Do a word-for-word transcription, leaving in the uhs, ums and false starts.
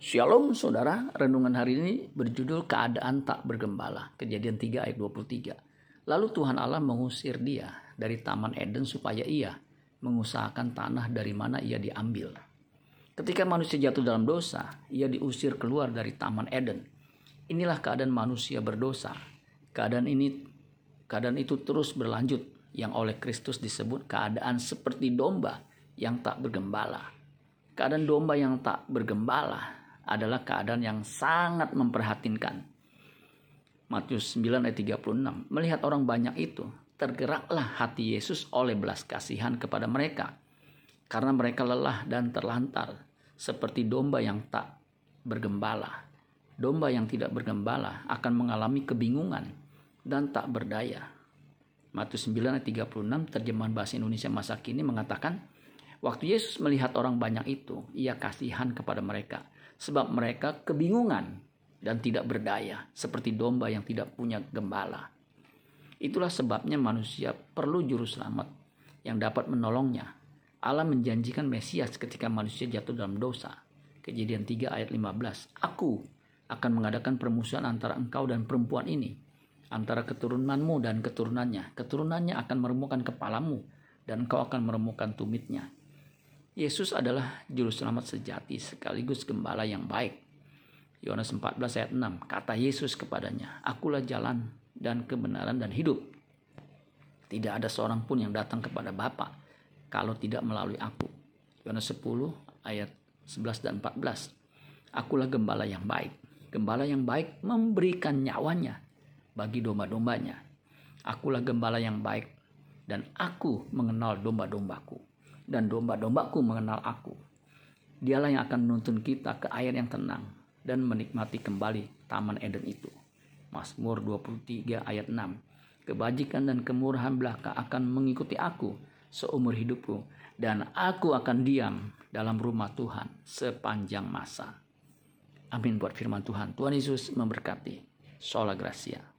Shalom saudara, renungan hari ini berjudul keadaan tak bergembala, Kejadian tiga ayat dua puluh tiga. Lalu Tuhan Allah mengusir dia dari Taman Eden supaya ia mengusahakan tanah dari mana ia diambil. Ketika manusia jatuh dalam dosa, ia diusir keluar dari Taman Eden. Inilah keadaan manusia berdosa. Keadaan ini, keadaan itu terus berlanjut, yang oleh Kristus disebut keadaan seperti domba yang tak bergembala. Keadaan domba yang tak bergembala adalah keadaan yang sangat memprihatinkan. Matius sembilan ayat tiga puluh enam. Melihat orang banyak itu, tergeraklah hati Yesus oleh belas kasihan kepada mereka, karena mereka lelah dan terlantar seperti domba yang tak bergembala. Domba yang tidak bergembala akan mengalami kebingungan dan tak berdaya. Matius sembilan ayat tiga puluh enam terjemahan bahasa Indonesia masa kini mengatakan, waktu Yesus melihat orang banyak itu, ia kasihan kepada mereka, sebab mereka kebingungan dan tidak berdaya, seperti domba yang tidak punya gembala. Itulah sebabnya manusia perlu juru selamat yang dapat menolongnya. Allah menjanjikan Mesias ketika manusia jatuh dalam dosa. Kejadian tiga ayat lima belas. Aku akan mengadakan permusuhan antara engkau dan perempuan ini, antara keturunanmu dan keturunannya. Keturunannya akan meremukkan kepalamu, dan engkau akan meremukkan tumitnya. Yesus adalah juru selamat sejati sekaligus gembala yang baik. Yohanes empat belas ayat enam, kata Yesus kepadanya, akulah jalan dan kebenaran dan hidup. Tidak ada seorang pun yang datang kepada Bapa kalau tidak melalui aku. Yohanes sepuluh ayat sebelas dan empat belas. Akulah gembala yang baik. Gembala yang baik memberikan nyawanya bagi domba-dombanya. Akulah gembala yang baik dan aku mengenal domba-dombaku, dan domba-dombaku mengenal aku. Dialah yang akan menuntun kita ke air yang tenang dan menikmati kembali Taman Eden itu. Mazmur dua puluh tiga ayat enam. Kebajikan dan kemurahan belaka akan mengikuti aku seumur hidupku, dan aku akan diam dalam rumah Tuhan sepanjang masa. Amin buat firman Tuhan. Tuhan Yesus memberkati. Sola Gracia.